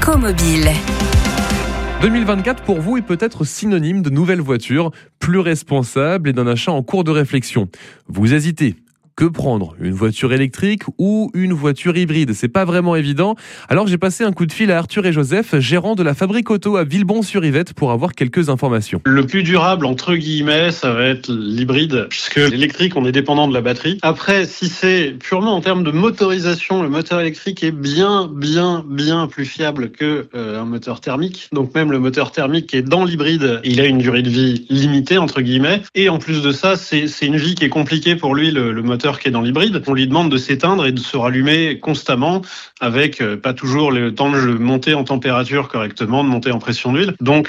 Écomobile. 2024 pour vous est peut-être synonyme de nouvelles voitures, plus responsables et d'un achat en cours de réflexion. Vous hésitez. Que prendre ? Une voiture électrique ou une voiture hybride ? C'est pas vraiment évident. Alors j'ai passé un coup de fil à Arthur et Joseph, gérants de la Fabrique Auto à Villebon-sur-Yvette, pour avoir quelques informations. Le plus durable, entre guillemets, ça va être l'hybride, puisque l'électrique, on est dépendant de la batterie. Après, si c'est purement en termes de motorisation, le moteur électrique est bien plus fiable que un moteur thermique. Donc même le moteur thermique qui est dans l'hybride, il a une durée de vie limitée, entre guillemets. Et en plus de ça, c'est une vie qui est compliquée pour lui, le moteur qui est dans l'hybride. On lui demande de s'éteindre et de se rallumer constamment avec pas toujours le temps de monter en température correctement, de monter en pression d'huile. Donc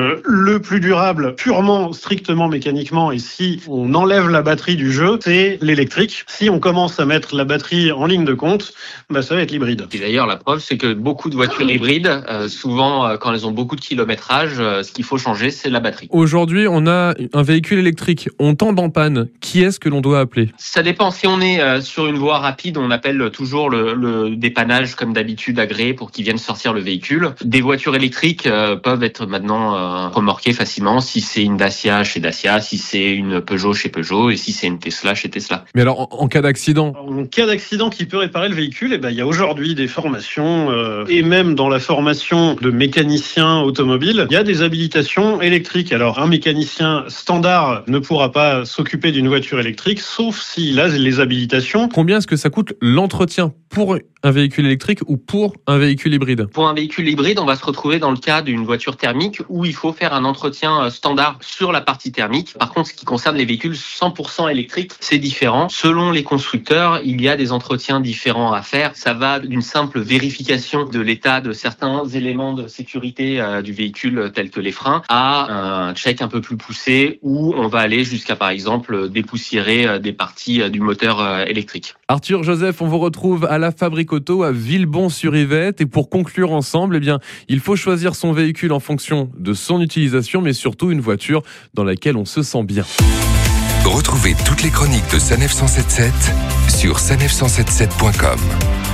le plus durable, purement, strictement mécaniquement, et si on enlève la batterie du jeu, c'est l'électrique. Si on commence à mettre la batterie en ligne de compte, ça va être l'hybride. Et d'ailleurs, la preuve, c'est que beaucoup de voitures hybrides, souvent quand elles ont beaucoup de kilométrage, ce qu'il faut changer, c'est la batterie. Aujourd'hui, on a un véhicule électrique. On tombe en panne. Qui est-ce que l'on doit appeler ? Ça dépend. Si on est sur une voie rapide, on appelle toujours le dépannage comme d'habitude agréé pour qu'ils viennent sortir le véhicule. Des voitures électriques peuvent être maintenant remorquées facilement si c'est une Dacia chez Dacia, si c'est une Peugeot chez Peugeot et si c'est une Tesla chez Tesla. Mais alors, en cas d'accident ? En cas d'accident qui peut réparer le véhicule, il y a aujourd'hui des formations et même dans la formation de mécaniciens automobiles, il y a des habilitations électriques. Alors un mécanicien standard ne pourra pas s'occuper d'une voiture électrique sauf s'il a les habilitations. Combien est-ce que ça coûte l'entretien pour un véhicule électrique ou pour un véhicule hybride ? Pour un véhicule hybride, on va se retrouver dans le cas d'une voiture thermique où il faut faire un entretien standard sur la partie thermique. Par contre, ce qui concerne les véhicules 100% électriques, c'est différent. Selon les constructeurs, il y a des entretiens différents à faire. Ça va d'une simple vérification de l'état de certains éléments de sécurité du véhicule tels que les freins à un check un peu plus poussé où on va aller jusqu'à, par exemple, dépoussiérer des parties du moteur électrique. Arthur, Joseph, on vous retrouve à la Fabrique Auto à Villebon-sur-Yvette. Et pour conclure ensemble, il faut choisir son véhicule en fonction de son utilisation, mais surtout une voiture dans laquelle on se sent bien. Retrouvez toutes les chroniques de Sanef 177 sur sanef177.com.